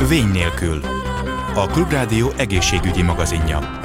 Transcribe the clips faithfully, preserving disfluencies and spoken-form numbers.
Vény nélkül. A Klubrádió egészségügyi magazinja.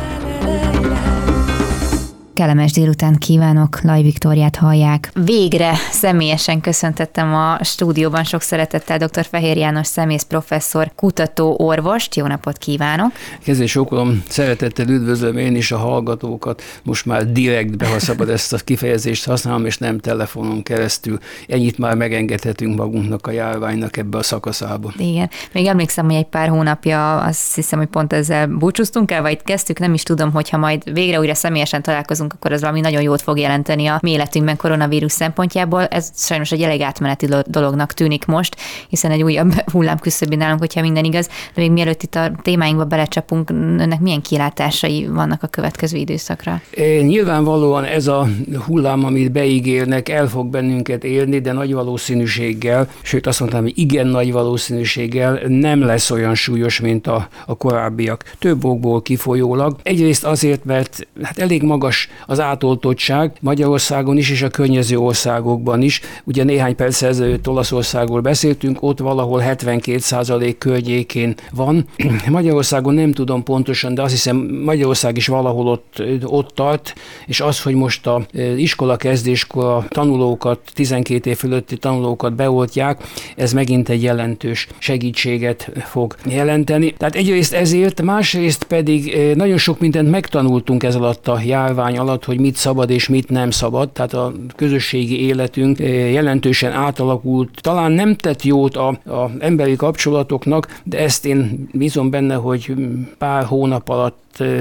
Kellemes délután kívánok, Laj Viktóriát hallják. Végre személyesen köszöntettem a stúdióban sok szeretettel dr. Fehér János szemész professzor, kutató orvost. Jó napot kívánok! Kezdés sokolom, szeretettel üdvözlöm én is a hallgatókat. Most már direktbe, ha szabad ezt a kifejezést használom, és nem telefonon keresztül. Ennyit már megengedhetünk magunknak a járványnak ebbe a szakaszába. Igen. Még emlékszem, hogy egy pár hónapja, azt hiszem, hogy pont ezzel búcsúztunk el, vagy kezdtük, nem is tudom, hogyha majd végre újra személyesen találkozunk, akkor az valami nagyon jót fog jelenteni a mi életünkben koronavírus szempontjából. Ez sajnos egy elég átmeneti dolognak tűnik most, hiszen egy újabb hullám küszöbén állunk, hogyha minden igaz. De még mielőtt itt a témáinkba belecsapunk, önnek milyen kilátásai vannak a következő időszakra? É, nyilvánvalóan ez a hullám, amit beígérnek, el fog bennünket érni, de nagy valószínűséggel, sőt azt mondtam, hogy igen nagy valószínűséggel nem lesz olyan súlyos, mint a, a korábbiak. Több okból kifolyólag. Egyrészt azért, mert hát elég magas az átoltottság Magyarországon is, és a környező országokban is. Ugye néhány perc ezelőtt Olaszországról beszéltünk, ott valahol hetvenkét százalék környékén van. Magyarországon nem tudom pontosan, de azt hiszem Magyarország is valahol ott, ott tart, és az, hogy most az iskola kezdéskor a tanulókat, tizenkét év fölötti tanulókat beoltják, ez megint egy jelentős segítséget fog jelenteni. Tehát egyrészt ezért, másrészt pedig nagyon sok mindent megtanultunk ez alatt a járvány alatt, hogy mit szabad és mit nem szabad, tehát a közösségi életünk jelentősen átalakult. Talán nem tett jót a, a emberi kapcsolatoknak, de ezt én bízom benne, hogy pár hónap alatt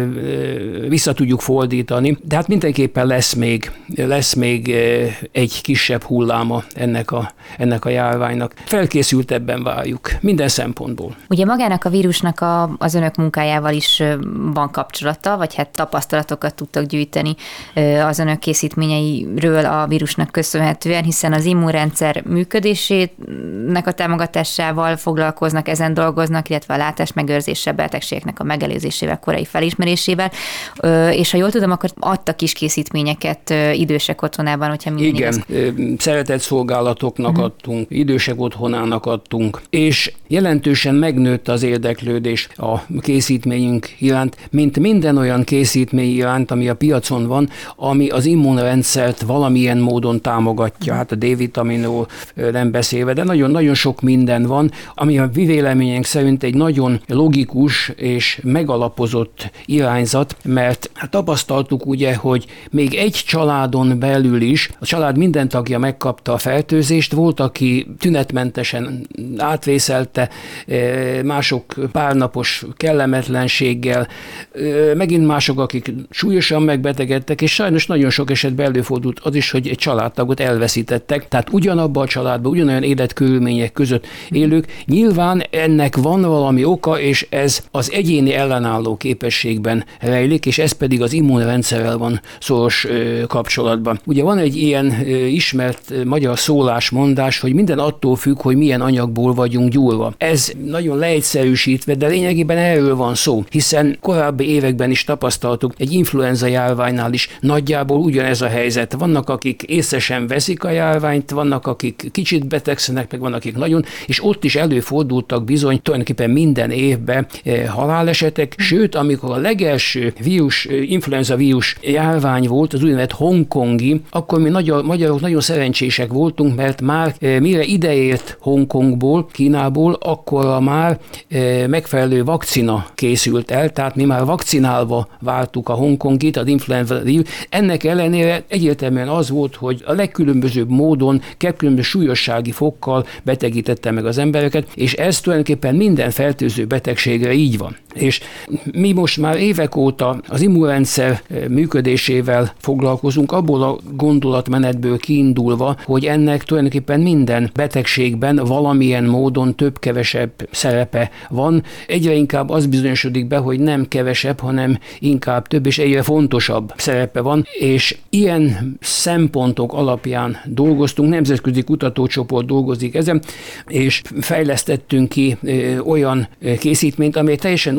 vissza tudjuk fordítani, de hát mindenképpen lesz még, lesz még egy kisebb hulláma ennek a, ennek a járványnak. Felkészültebben várjuk, minden szempontból. Ugye magának a vírusnak a, az önök munkájával is van kapcsolata, vagy hát tapasztalatokat tudtak gyűjteni az önök készítményeiről a vírusnak köszönhetően, hiszen az immunrendszer működésének a támogatásával foglalkoznak, ezen dolgoznak, illetve a látás megőrzése, betegségeknek a megelőzésével, korai felismerésével, és ha jól tudom, akkor adtak is készítményeket idősek otthonában, hogyha minden Igen, igaz. Szeretett szolgálatoknak uh-huh. adtunk, idősek otthonának adtunk, és jelentősen megnőtt az érdeklődés a készítményünk iránt, mint minden olyan készítmény iránt, ami a piacon van, ami az immunrendszert valamilyen módon támogatja. Hát a D-vitaminról nem beszélve, de nagyon-nagyon sok minden van, ami a mi véleményünk szerint egy nagyon logikus és megalapozott irányzat, mert hát tapasztaltuk ugye, hogy még egy családon belül is a család minden tagja megkapta a fertőzést, volt, aki tünetmentesen átvészelte, mások párnapos kellemetlenséggel, megint mások, akik súlyosan megbetegedtek, és sajnos nagyon sok esetben előfordult az is, hogy egy családtagot elveszítettek, tehát ugyanabban a családban, ugyanolyan életkörülmények között élők. Nyilván ennek van valami oka, és ez az egyéni ellenálló képességben rejlik, és ez pedig az immunrendszerrel van szoros ö, kapcsolatban. Ugye van egy ilyen ö, ismert magyar szólásmondás, hogy minden attól függ, hogy milyen anyagból vagyunk gyúrva. Ez nagyon leegyszerűsítve, de lényegében erről van szó, hiszen korábbi években is tapasztaltuk, egy influenza járványnál is nagyjából ugyanez a helyzet. Vannak, akik észre sem veszik a járványt, vannak, akik kicsit betegszenek, meg vannak, akik nagyon, és ott is előfordultak bizony tulajdonképpen minden évben e, halálesetek, sőt, amikor a legelső vírus, influenza vírus járvány volt, az úgynevezett hongkongi, akkor mi magyar, magyarok nagyon szerencsések voltunk, mert már e, mire ideért Hongkongból, Kínából, akkor már e, megfelelő vakcina készült el, tehát mi már vakcinálva vártuk a hongkongit, az influenza vírus. Ennek ellenére egyértelműen az volt, hogy a legkülönbözőbb módon, legkülönböző súlyossági fokkal betegítette meg az embereket, és ez tulajdonképpen minden fertőző betegségre így van. És mi most már évek óta az immunrendszer működésével foglalkozunk, abból a gondolatmenetből kiindulva, hogy ennek tulajdonképpen minden betegségben valamilyen módon több-kevesebb szerepe van. Egyre inkább az bizonyosodik be, hogy nem kevesebb, hanem inkább több és egyre fontosabb szerepe van, és ilyen szempontok alapján dolgoztunk, nemzetközi kutatócsoport dolgozik ezen, és fejlesztettünk ki olyan készítményt, amely teljesen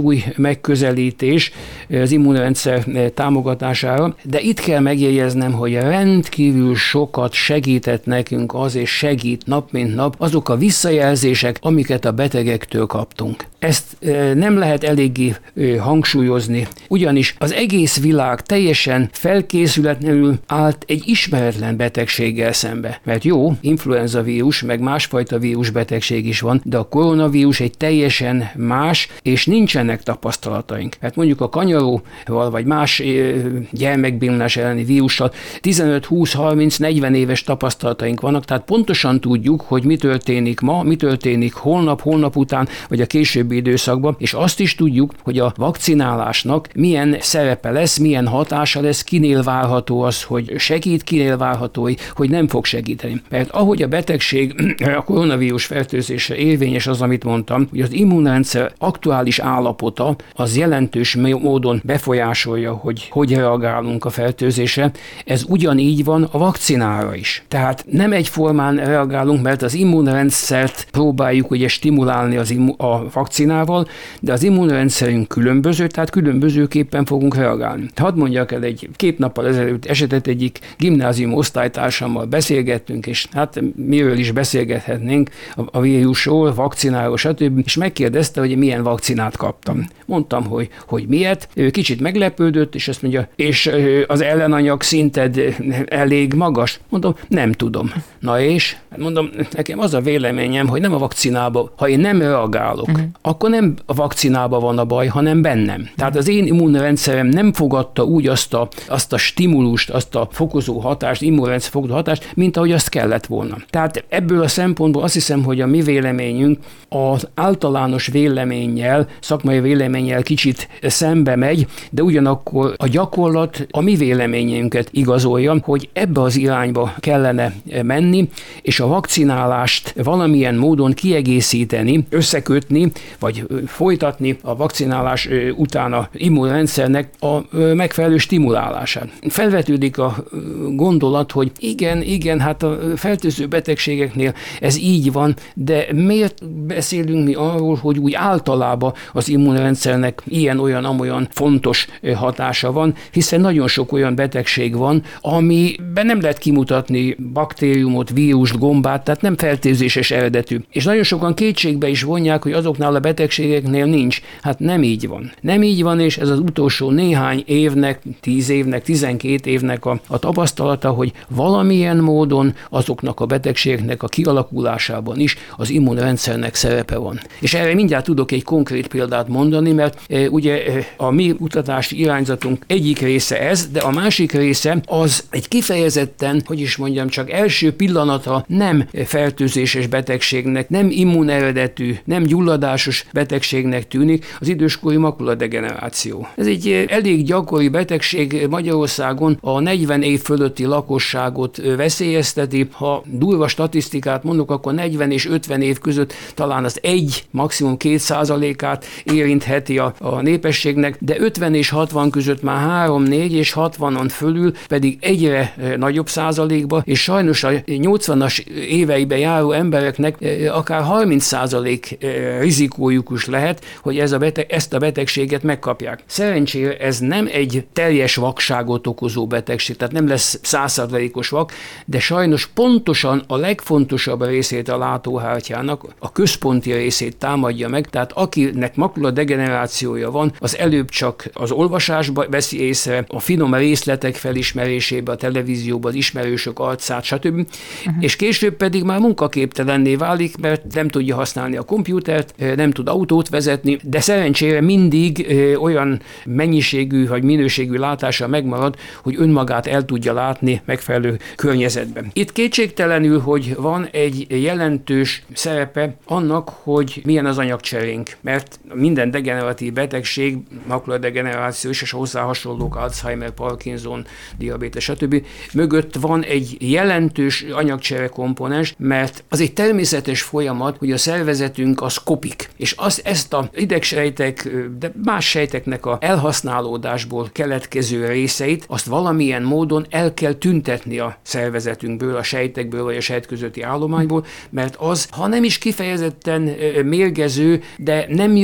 új megközelítés az immunrendszer támogatására, de itt kell megjegyeznem, hogy rendkívül sokat segített nekünk az, és segít nap mint nap azok a visszajelzések, amiket a betegektől kaptunk. Ezt nem lehet eléggé hangsúlyozni, ugyanis az egész világ teljesen felkészületlenül állt egy ismeretlen betegséggel szembe. Mert jó, influenza vírus, meg másfajta vírusbetegség is van, de a koronavírus egy teljesen más, és nincsenek tapasztalataink. Hát mondjuk a kanyaróval, vagy más gyermekbénulás elleni vírussal tizenöt, húsz, harminc, negyven éves tapasztalataink vannak, tehát pontosan tudjuk, hogy mi történik ma, mi történik holnap, holnap után, vagy a későbbi időszakban, és azt is tudjuk, hogy a vakcinálásnak milyen szerepe lesz, milyen hatása lesz, kinél várható az, hogy segít, kinél várható, hogy nem fog segíteni. Mert ahogy a betegség, a koronavírus fertőzése érvényes az, amit mondtam, hogy az immunrendszer aktuális állapota az jelentős módon befolyásolja, hogy hogy reagálunk a fertőzésre. Ez ugyanígy van a vakcinára is. Tehát nem egyformán reagálunk, mert az immunrendszert próbáljuk ugye stimulálni az immu- a vakcinával, de az immunrendszerünk különböző, tehát különbözőképpen fogunk reagálni. Hadd mondjak el, egy két nappal ezelőtt esetet egyik gimnázium osztálytársammal beszélgettünk, és hát miről is beszélgethetnénk, a, a vírusról, vakcináról, stb. És megkérdezte, hogy milyen vakcinát kaptam. Mondtam, hogy, hogy miért. Ő kicsit meglepődött, és azt mondja, és az ellenanyag szinted elég magas? Mondom, nem tudom. Na és? Mondom, nekem az a véleményem, hogy nem a vakcinába, ha én nem reagálok, uh-huh. akkor nem a vakcinába van a baj, hanem bennem. Tehát az én immunrendszerem nem fogadta úgy azt a, azt a stimulust, azt a fokozó hatást, immunrendszer fokozó hatást, mint ahogy azt kellett volna. Tehát ebből a szempontból azt hiszem, hogy a mi véleményünk az általános véleménnyel, szakmai véleménnyel kicsit szembe megy, de ugyanakkor a gyakorlat a mi véleményünket igazolja, hogy ebbe az irányba kellene menni, és a vakcinálást valamilyen módon kiegészíteni, összekötni, vagy folytatni a vakcinálás után a immunrendszernek a megfelelő stimulálását. Felvetődik a gondolat, hogy igen, igen, hát a fertőző betegségeknél ez így van, de miért beszélünk mi arról, hogy úgy általában az immunrendszernek ilyen-olyan, amolyan fontos hatása van, hiszen nagyon sok olyan betegség van, amiben nem lehet kimutatni baktériumot, vírust, gombát, tehát nem fertőzéses eredetű. És nagyon sokan kétségbe is vonják, hogy azoknál a betegségeknél nincs. Hát nem így van. Nem így van, és ez az utolsó néhány évnek, tíz évnek, tizenkét évnek a, a tapasztalata, hogy valamilyen módon azoknak a betegségeknek a kialakulásában is az immunrendszernek szerepe van. És erre mindjárt tudok egy konkrét példát mondani, mert e, ugye e, a mi kutatási irányzatunk egyik része ez, de a másik része az egy kifejezetten, hogy is mondjam, csak első pillanata nem fertőzéses betegségnek, nem immuneredetű, nem gyulladásos betegségnek tűnik, az időskori makuladegeneráció. Ez egy elég gyakori betegség Magyarországon, a negyven év fölötti lakosságot veszélyezteti. Ha durva statisztikát mondok, akkor negyven és ötven év között talán az egy, maximum két százalékát érintheti a, a népességnek, de ötven és hatvan között már három, négy és hatvanon fölül pedig egyre nagyobb százalékba, és sajnos a nyolcvanas éveiben járó embereknek akár harminc százalék rizikójuk is lehet, hogy ez a beteg, ezt a betegséget megkapják. Szerencsére ez nem egy teljes vakságot okozó betegség, tehát nem lesz száz százalékos vak, de sajnos pontosan a legfontosabb részét a látóhártyának, a központi részét támadja meg, tehát akinek makuladegenerációja van, az előbb csak az olvasásba veszi észre, a finom részletek felismerésébe, a televízióban az ismerősök arcát, stb. Uh-huh. És később pedig már munkaképtelenné válik, mert nem tudja használni a kompjútert, nem tud autót vezetni, de szerencsére mindig olyan mennyiségű vagy minőségű látása megmarad, hogy önmagát el tudja látni megfelelő környezetben. Itt kétségtelenül, hogy van egy jelentős szerepe annak, hogy milyen az anyagcserénk, mert minden degeneratív betegség, makuladegeneráció és hozzá hasonlók, Alzheimer, Parkinson, diabétes, stb. Mögött van egy jelentős anyagcsere komponens, mert az egy természetes folyamat, hogy a szervezetünk az kopik, és az, ezt a idegsejtek, de más sejteknek a elhasználódásból keletkező részeit, azt valamilyen módon el kell tüntetni a szervezetünkből, a sejtekből vagy a sejtközötti állományból, mert az, ha nem is kifejezetten mérgező, de nem jó, ha ott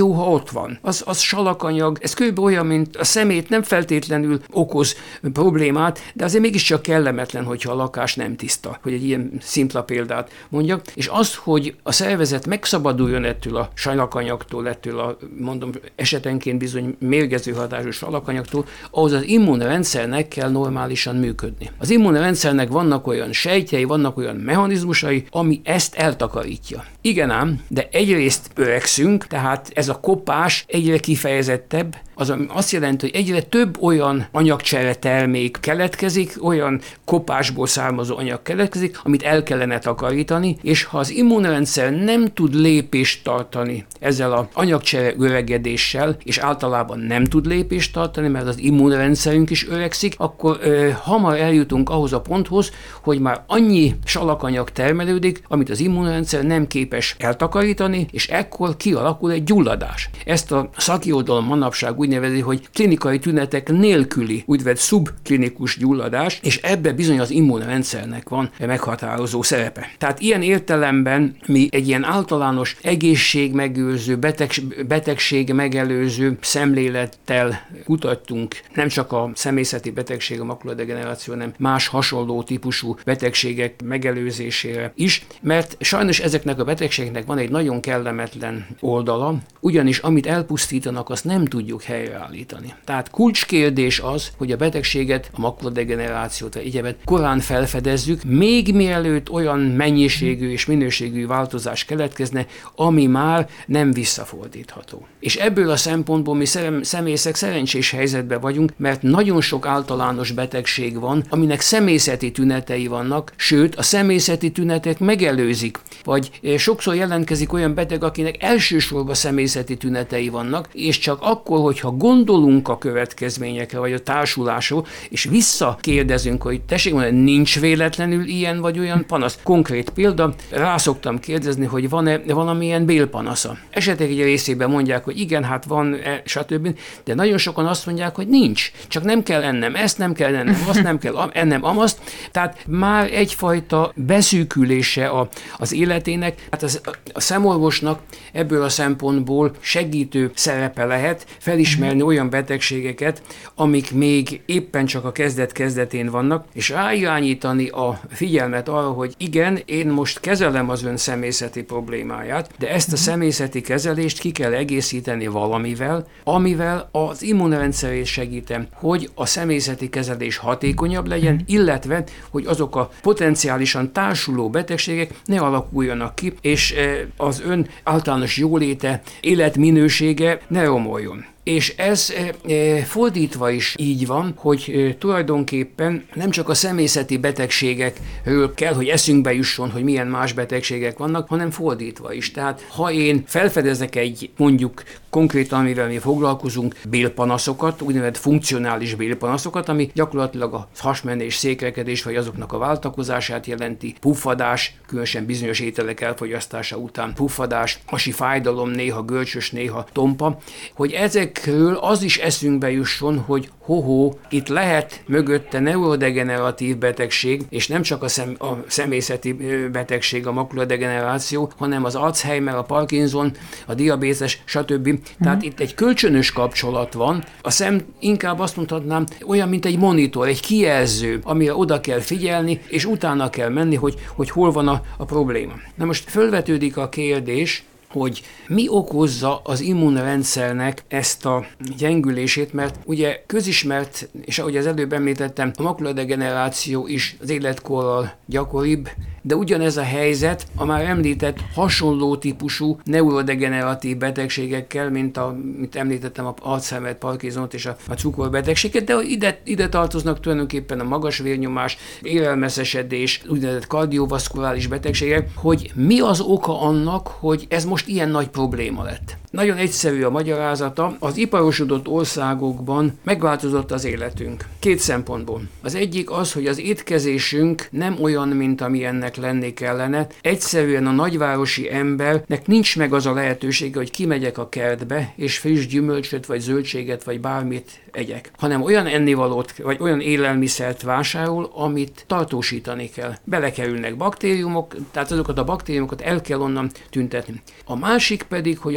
ott van. Az, az salakanyag, ez kb. Olyan, mint a szemét nem feltétlenül okoz problémát, de azért mégiscsak kellemetlen, hogyha a lakás nem tiszta, hogy egy ilyen szimpla példát mondjak. És az, hogy a szervezet megszabaduljon ettől a salakanyagtól, ettől a, mondom, esetenként bizony mérgező hatású salakanyagtól, ahhoz az immunrendszernek kell normálisan működni. Az immunrendszernek vannak olyan sejtjei, vannak olyan mechanizmusai, ami ezt eltakarítja. Igen ám, de egyrészt öregszünk, tehát ez a kopás egyre kifejezettebb, az azt jelenti, hogy egyre több olyan anyagcsere termék keletkezik, olyan kopásból származó anyag keletkezik, amit el kellene takarítani, és ha az immunrendszer nem tud lépést tartani ezzel az anyagcsere öregedéssel, és általában nem tud lépést tartani, mert az immunrendszerünk is öregszik, akkor ö, hamar eljutunk ahhoz a ponthoz, hogy már annyi salakanyag termelődik, amit az immunrendszer nem képes eltakarítani, és ekkor kialakul egy gyulladás. Ezt a szakirodalom manapság úgy nevezi, hogy klinikai tünetek nélküli, úgynevezett szubklinikus gyulladás, és ebbe bizony az immunrendszernek van meghatározó szerepe. Tehát ilyen értelemben mi egy ilyen általános egészségmegőrző, beteg, betegség megelőző szemlélettel kutattunk, nem csak a személyzeti betegség, a makuladegeneráció, hanem más hasonló típusú betegségek megelőzésére is, mert sajnos ezeknek a betegségeknek van egy nagyon kellemetlen oldala, ugyanis amit elpusztítanak, azt nem tudjuk helyreállítani. Tehát kulcskérdés az, hogy a betegséget, a makuladegenerációt vagy egyebet korán felfedezzük, még mielőtt olyan mennyiségű és minőségű változás keletkezne, ami már nem visszafordítható. És ebből a szempontból mi személyek szerencsés helyzetben vagyunk, mert nagyon sok általános betegség van, aminek személyzeti tünetei vannak, sőt, a személyzeti tünetek megelőzik, vagy sokszor jelentkezik olyan beteg, akinek elsősorban személyzeti tünetei vannak, és csak akkor, hogyha gondolunk a következményekre, vagy a társulásról, és visszakérdezünk, hogy tessék mondani, nincs véletlenül ilyen vagy olyan panasz. Konkrét példa, rá szoktam kérdezni, hogy van-e valamilyen bélpanasza. Esetek egy részében mondják, hogy igen, hát van, e, stb., de nagyon sokan azt mondják, hogy nincs. Csak nem kell ennem ezt, nem kell ennem azt, nem kell ennem amaszt. Tehát már egyfajta beszűkülése a, az életének. Hát az, a szemorvosnak ebből a szempontból segítő szerepe lehet felismerni olyan betegségeket, amik még éppen csak a kezdet-kezdetén vannak, és ráirányítani a figyelmet arra, hogy igen, én most kezelem az ön személyzeti problémáját, de ezt a személyzeti kezelést ki kell egészíteni valamivel, amivel az immunrendszerét segítem, hogy a személyzeti kezelés hatékonyabb legyen, illetve, hogy azok a potenciálisan társuló betegségek ne alakuljanak ki, és az ön általános jóléte, életminősége ne romoljon. És ez e, fordítva is így van, hogy e, tulajdonképpen nem csak a személyzeti betegségekről kell, hogy eszünkbe jusson, hogy milyen más betegségek vannak, hanem fordítva is. Tehát ha én felfedezek egy mondjuk konkrétan, amivel mi foglalkozunk, bélpanaszokat, úgynevezett funkcionális bélpanaszokat, ami gyakorlatilag a hasmenés, székrekedés vagy azoknak a váltakozását jelenti, puffadás, különösen bizonyos ételek elfogyasztása után puffadás, hasi fájdalom, néha görcsös, néha tompa, hogy ezekről az is eszünkbe jusson, hogy hoho, itt lehet mögötte neurodegeneratív betegség, és nem csak a, szem, a személyzeti betegség, a makuladegeneráció, hanem az Alzheimer, a Parkinson, a diabétes, stb. Tehát itt egy kölcsönös kapcsolat van. A szem, inkább azt mondhatnám, olyan, mint egy monitor, egy kijelző, amire oda kell figyelni, és utána kell menni, hogy, hogy hol van a, a probléma. Na most fölvetődik a kérdés, hogy mi okozza az immunrendszernek ezt a gyengülését, mert ugye közismert, és ahogy az előbb említettem, a makuladegeneráció is az életkorral gyakoribb, de ugyanez a helyzet a már említett hasonló típusú neurodegeneratív betegségekkel, mint a, mint említettem, a Alzheimer, Parkinsont és a, a cukorbetegséget, de ide, ide tartoznak tulajdonképpen a magas vérnyomás, élelmeszesedés, úgynevezett kardiovaszkuláris betegségek, hogy mi az oka annak, hogy ez most ilyen nagy probléma lett. Nagyon egyszerű a magyarázata, az iparosodott országokban megváltozott az életünk. Két szempontból. Az egyik az, hogy az étkezésünk nem olyan, mint amilyennek lenni kellene. Egyszerűen a nagyvárosi embernek nincs meg az a lehetősége, hogy kimegyek a kertbe, és friss gyümölcsöt, vagy zöldséget, vagy bármit egyek, hanem olyan ennivalót, vagy olyan élelmiszert vásárol, amit tartósítani kell. Belekerülnek baktériumok, tehát azokat a baktériumokat el kell onnan tüntetni. A másik pedig, hogy az élet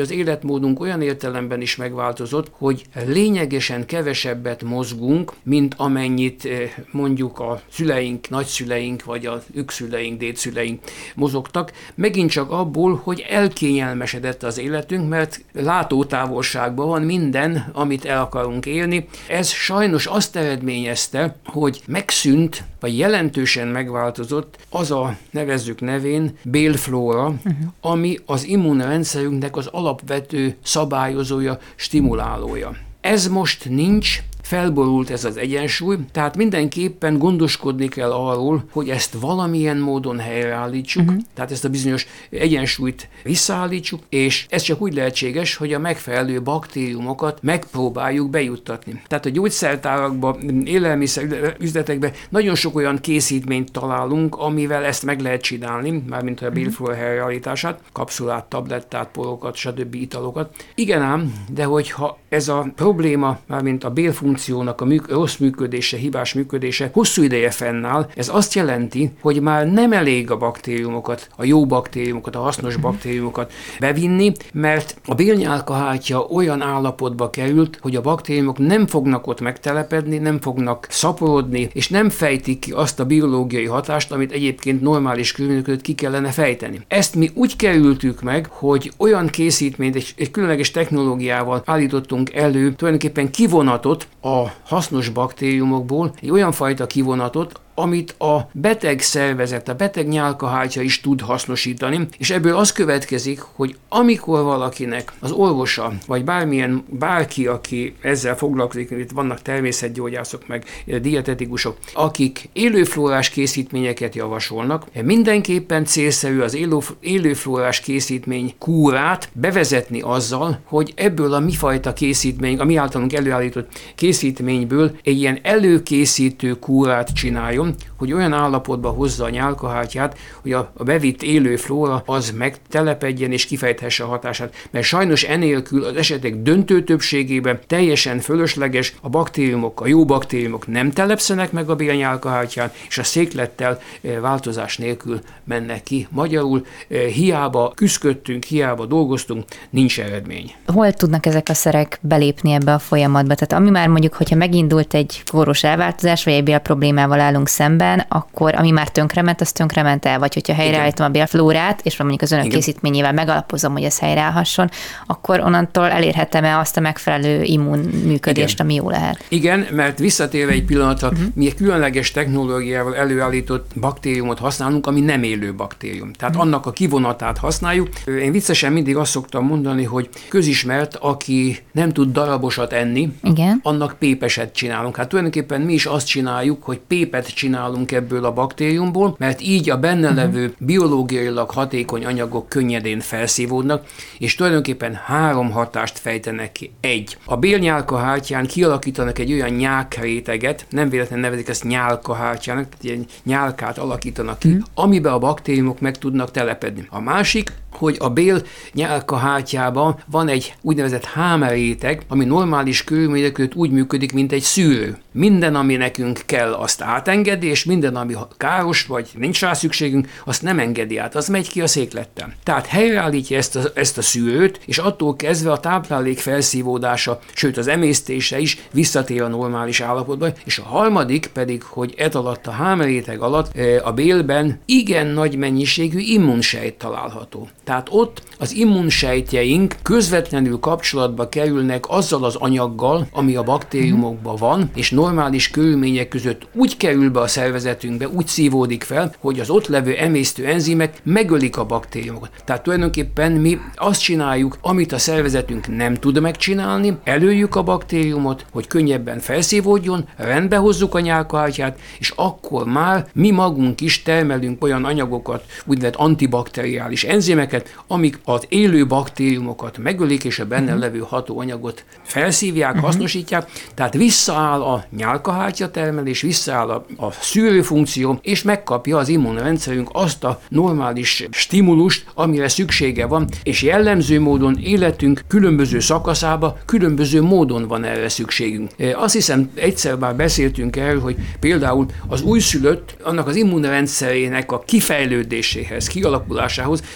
életmódunk olyan értelemben is megváltozott, hogy lényegesen kevesebbet mozgunk, mint amennyit mondjuk a szüleink, nagyszüleink, vagy a ükszüleink, dédszüleink mozogtak. Megint csak abból, hogy elkényelmesedett az életünk, mert látótávolságban van minden, amit el akarunk élni. Ez sajnos azt eredményezte, hogy megszűnt, vagy jelentősen megváltozott az a, nevezzük nevén, bélflóra, uh-huh. ami az immunrendszerünknek az alapvető szabályozója, stimulálója. Ez most nincs, felborult ez az egyensúly, tehát mindenképpen gondoskodni kell arról, hogy ezt valamilyen módon helyreállítsuk, uh-huh. tehát ezt a bizonyos egyensúlyt visszaállítsuk, és ez csak úgy lehetséges, hogy a megfelelő baktériumokat megpróbáljuk bejuttatni. Tehát a gyógyszertárakban, élelmiszer üzletekben nagyon sok olyan készítményt találunk, amivel ezt meg lehet csinálni, mármint a bélflóra helyreállítását, kapszulát, tablettát, porokat, stb. Italokat. Igen ám, de hogyha ez a probléma, mármint a bélfunkciónak a műk- rossz működése, hibás működése hosszú ideje fennáll, ez azt jelenti, hogy már nem elég a baktériumokat, a jó baktériumokat, a hasznos baktériumokat bevinni, mert a bélnyálkahártya olyan állapotba került, hogy a baktériumok nem fognak ott megtelepedni, nem fognak szaporodni, és nem fejtik ki azt a biológiai hatást, amit egyébként normális körülmények között ki kellene fejteni. Ezt mi úgy kerültük meg, hogy olyan készítményt, egy, egy különleges technológiával állítottunk elő, tulajdonképpen kivonatot a hasznos baktériumokból, egy olyan fajta kivonatot, amit a beteg szervezet, a beteg nyálkahártya is tud hasznosítani, és ebből az következik, hogy amikor valakinek az orvosa, vagy bármilyen, bárki, aki ezzel foglalkozik, itt vannak természetgyógyászok, meg dietetikusok, akik élőflórás készítményeket javasolnak, mindenképpen célszerű az élő, élőflórás készítmény kúrát bevezetni azzal, hogy ebből a mi fajta készítmény, a mi általunk előállított készítményből egy ilyen előkészítő kúrát csináljon, hogy olyan állapotba hozza a nyálkahártyát, hogy a, a bevitt élő flóra az megtelepedjen és kifejthesse a hatását. Mert sajnos enélkül az esetek döntő többségében teljesen fölösleges, a baktériumok, a jó baktériumok nem telepszenek meg a bélnyálkahártyán, és a széklettel e, változás nélkül mennek ki. Magyarul e, hiába küszködtünk, hiába dolgoztunk, nincs eredmény. Hol tudnak ezek a szerek belépni ebbe a folyamatba? Tehát ami már mondjuk, hogyha megindult egy kóros elváltozás, vagy egy bélproblémával állunk szemben, akkor ami már tönkrement, az tönkrement el, vagy hogyha helyreállítom a bélflórát, és mondjuk az önök Igen. készítményével megalapozom, hogy ez helyreállhasson, akkor onnantól elérhetem-e azt a megfelelő immunműködést, ami jó lehet? Igen, mert visszatérve egy pillanatra, uh-huh. mi egy különleges technológiával előállított baktériumot használunk, ami nem élő baktérium. Tehát uh-huh. annak a kivonatát használjuk. Én viccesen mindig azt szoktam mondani, hogy közismert, aki nem tud darabosat enni, Igen. annak pépeset csinálunk. Hát tulajdonképpen mi is azt csináljuk, hogy pépet csinálunk ebből a baktériumból, mert így a benne uh-huh. levő biológiailag hatékony anyagok könnyedén felszívódnak, és tulajdonképpen három hatást fejtenek ki. Egy. A bélnyálkahártyán kialakítanak egy olyan nyálkréteget, nem véletlenül nevezik ezt nyálkahártyának, tehát egy nyálkát alakítanak ki, uh-huh. amiben a baktériumok meg tudnak telepedni. A másik, hogy a bél nyálkahártyában van egy úgynevezett hámréteg, ami normális körülmények között úgy működik, mint egy szűrő. Minden, ami nekünk kell, azt átengedi, és minden, ami káros, vagy nincs rá szükségünk, azt nem engedi át, az megy ki a széklettel. Tehát helyreállítja ezt a, ezt a szűrőt, és attól kezdve a táplálék felszívódása, sőt az emésztése is visszatér a normális állapotba, és a harmadik pedig, hogy ez alatt a hámréteg alatt a bélben igen nagy mennyiségű immunsejt található. Tehát ott az immunsejtjeink közvetlenül kapcsolatba kerülnek azzal az anyaggal, ami a baktériumokban van, és normális körülmények között úgy kerül be a szervezetünkbe, úgy szívódik fel, hogy az ott levő emésztő enzimek megölik a baktériumokat. Tehát tulajdonképpen mi azt csináljuk, amit a szervezetünk nem tud megcsinálni, előjük a baktériumot, hogy könnyebben felszívódjon, rendbe hozzuk a nyálkahártyát, és akkor már mi magunk is termelünk olyan anyagokat, úgynevezett antibakteriális enzimeket, amik az élő baktériumokat megölik, és a benne uh-huh. levő hatóanyagot felszívják, uh-huh. hasznosítják, tehát visszaáll a nyálkahártya termelés, visszaáll a, a szűrőfunkció, és megkapja az immunrendszerünk azt a normális stimulust, amire szüksége van, és jellemző módon életünk különböző szakaszába különböző módon van erre szükségünk. Azt hiszem, egyszer már beszéltünk erről, hogy például az újszülött, annak az immunrendszerének a kifejlődéséhez, kialakulásához feltétlenül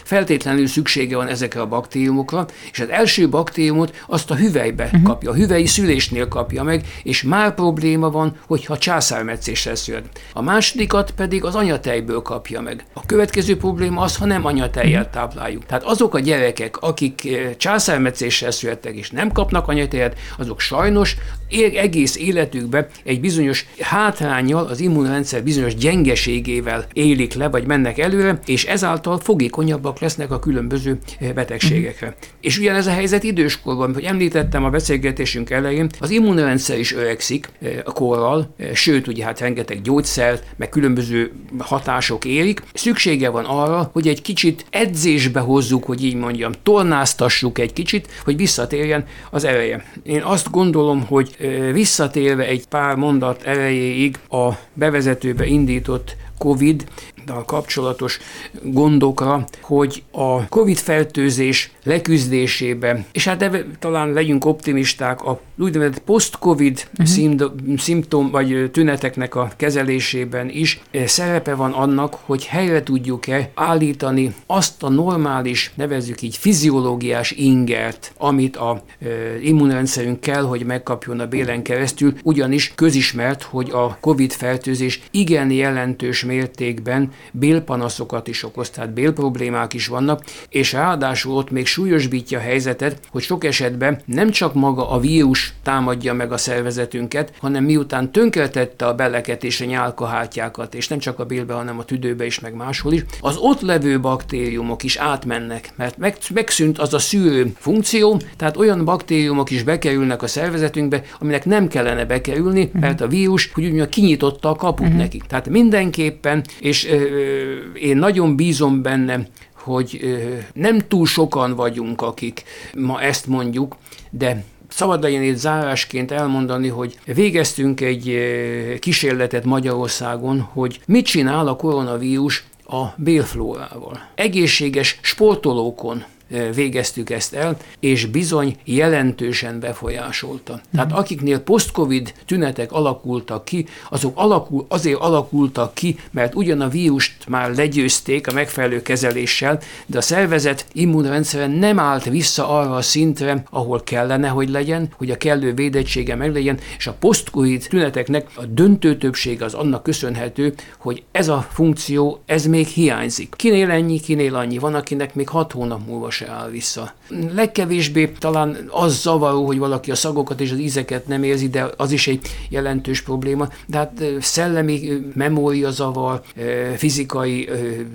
feltétlenül szüksége van ezekre a baktériumokra, és az első baktériumot azt a hüvelybe uh-huh. kapja, a hüvelyi szülésnél kapja meg, és már probléma van, hogyha császármetszéssel szület. A másodikat pedig az anyatejből kapja meg. A következő probléma az, ha nem anyatejjel tápláljuk. Tehát azok a gyerekek, akik császármetszéssel születtek és nem kapnak anyatejet, azok sajnos egész életükben egy bizonyos hátránnyal, az immunrendszer bizonyos gyengeségével élik le, vagy mennek előre, és ezáltal fogékonyabbak lesznek a különböző betegségekre. Mm. És ugyanez a helyzet időskorban, hogy említettem a beszélgetésünk elején, az immunrendszer is öregszik a korral, sőt, ugye hát rengeteg gyógyszer, meg különböző hatások érik. Szüksége van arra, hogy egy kicsit edzésbe hozzuk, hogy így mondjam, tornáztassuk egy kicsit, hogy visszatérjen az ereje. Én azt gondolom, hogy visszatérve egy pár mondat erejéig a bevezetőbe indított Covid-dal kapcsolatos gondokra, hogy a Covid fertőzés leküzdésében, és hát de, talán legyünk optimisták, a úgynevezett post-Covid uh-huh. szimptom vagy tüneteknek a kezelésében is szerepe van annak, hogy helyre tudjuk-e állítani azt a normális, nevezzük így fiziológiás ingert, amit az immunrendszerünk kell, hogy megkapjon a bélen keresztül, ugyanis közismert, hogy a Covid fertőzés igen jelentős mértékben bélpanaszokat is okoz, tehát bélproblémák is vannak, és ráadásul ott még súlyosbítja a helyzetet, hogy sok esetben nem csak maga a vírus támadja meg a szervezetünket, hanem miután tönkretette a beleket és a nyálkahártyákat, és nem csak a bélbe, hanem a tüdőbe is, meg máshol is, az ott levő baktériumok is átmennek, mert meg, megszűnt az a szűrő funkció, tehát olyan baktériumok is bekerülnek a szervezetünkbe, aminek nem kellene bekerülni, uh-huh. mert a vírus, hogy úgy kinyitotta a kaput uh-huh. nekik. Tehát mindenképpen, és ö, én nagyon bízom benne, hogy ö, nem túl sokan vagyunk, akik ma ezt mondjuk, de szabad legyen itt zárásként elmondani, hogy végeztünk egy kísérletet Magyarországon, hogy mit csinál a koronavírus a bélflórával. Egészséges sportolókon végeztük ezt el, és bizony jelentősen befolyásolta. Tehát akiknél post-Covid tünetek alakultak ki, azok alakul, azért alakultak ki, mert ugyan a vírust már legyőzték a megfelelő kezeléssel, de a szervezet immunrendszere nem állt vissza arra a szintre, ahol kellene, hogy legyen, hogy a kellő védettsége meglegyen, és a post-Covid tüneteknek a döntő többsége az annak köszönhető, hogy ez a funkció, ez még hiányzik. Kinél ennyi, kinél annyi. Van, akinek még hat hónap múlva se áll vissza. Legkevésbé talán az zavaró, hogy valaki a szagokat és az ízeket nem érzi, de az is egy jelentős probléma. De hát szellemi memóriazavar, fizikai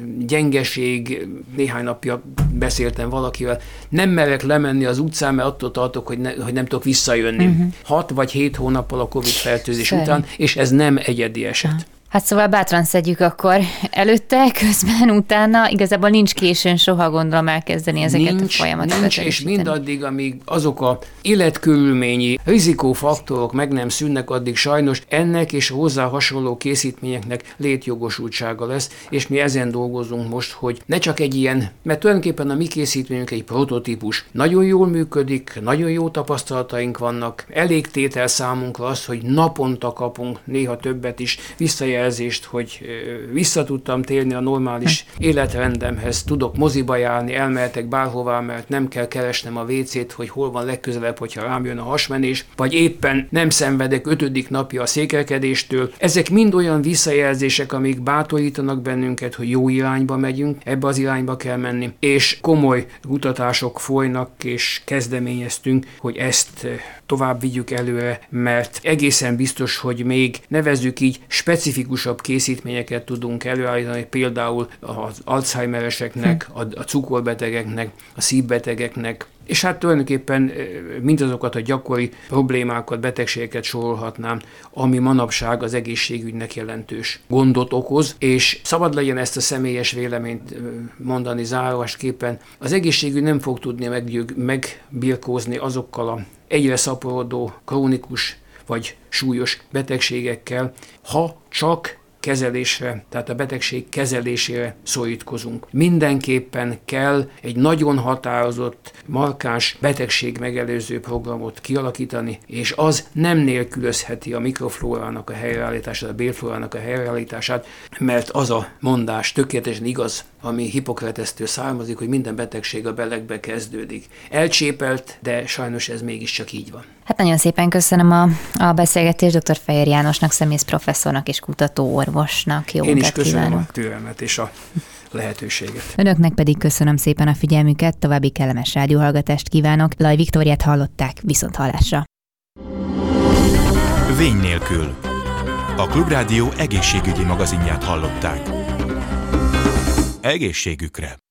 gyengeség, néhány napja beszéltem valakivel, nem merek lemenni az utcán, mert attól tartok, hogy, ne, hogy nem tudok visszajönni. Uh-huh. Hat vagy hét hónappal a Covid fertőzés Szerint. után, és ez nem egyedi eset. Uh-huh. Hát szóval bátran szedjük akkor előtte, közben, utána, igazából nincs későn soha, gondolom, elkezdeni ezeket nincs, a folyamatokat. Nincs, és mindaddig, amíg azok a életkörülményi rizikófaktorok meg nem szűnnek, addig sajnos ennek és hozzá hasonló készítményeknek létjogosultsága lesz, és mi ezen dolgozunk most, hogy ne csak egy ilyen, mert tulajdonképpen a mi készítményünk egy prototípus. Nagyon jól működik, nagyon jó tapasztalataink vannak, elég tétel számunkra az, hogy naponta kapunk, néha többet is visszajelzést, hogy vissza tudtam térni a normális életrendemhez, tudok moziba járni, elmehetek bárhová, mert nem kell keresnem a vécét, hogy hol van legközelebb, hogyha rám jön a hasmenés, vagy éppen nem szenvedek ötödik napja a székelkedéstől. Ezek mind olyan visszajelzések, amik bátorítanak bennünket, hogy jó irányba megyünk, ebbe az irányba kell menni, és komoly kutatások folynak, és kezdeményeztünk, hogy ezt tovább vigyük előre, mert egészen biztos, hogy még nevezzük így specifikusabb készítményeket tudunk előállítani, például az Alzheimereseknek, a, a cukorbetegeknek, a szívbetegeknek, és hát tulajdonképpen mindazokat a gyakori problémákat, betegségeket sorolhatnám, ami manapság az egészségügynek jelentős gondot okoz, és szabad legyen ezt a személyes véleményt mondani zárásképpen, az egészségügy nem fog tudni meggyőg, megbirkózni azokkal a egyre szaporodó, krónikus vagy súlyos betegségekkel, ha csak kezelésre, tehát a betegség kezelésére szorítkozunk. Mindenképpen kell egy nagyon határozott, markáns betegség megelőző programot kialakítani, és az nem nélkülözheti a mikroflórának a helyreállítását, a bélflórának a helyreállítását, mert az a mondás tökéletesen igaz, ami Hippokratesztől származik, hogy minden betegség a belegbe kezdődik. Elcsépelt, de sajnos ez mégiscsak így van. Hát nagyon szépen köszönöm a, a beszélgetést dr. Fejér Jánosnak, szemész professzornak és kutató orvosnak. Jó Én is köszönöm kívánok. a türelmet és a lehetőséget. Önöknek pedig köszönöm szépen a figyelmüket, további kellemes rádióhallgatást kívánok. Laj Viktóriát hallották, viszont hallásra. Vény nélkül. A Klubrádió egészségügyi magazinját hallották. Egészségükre!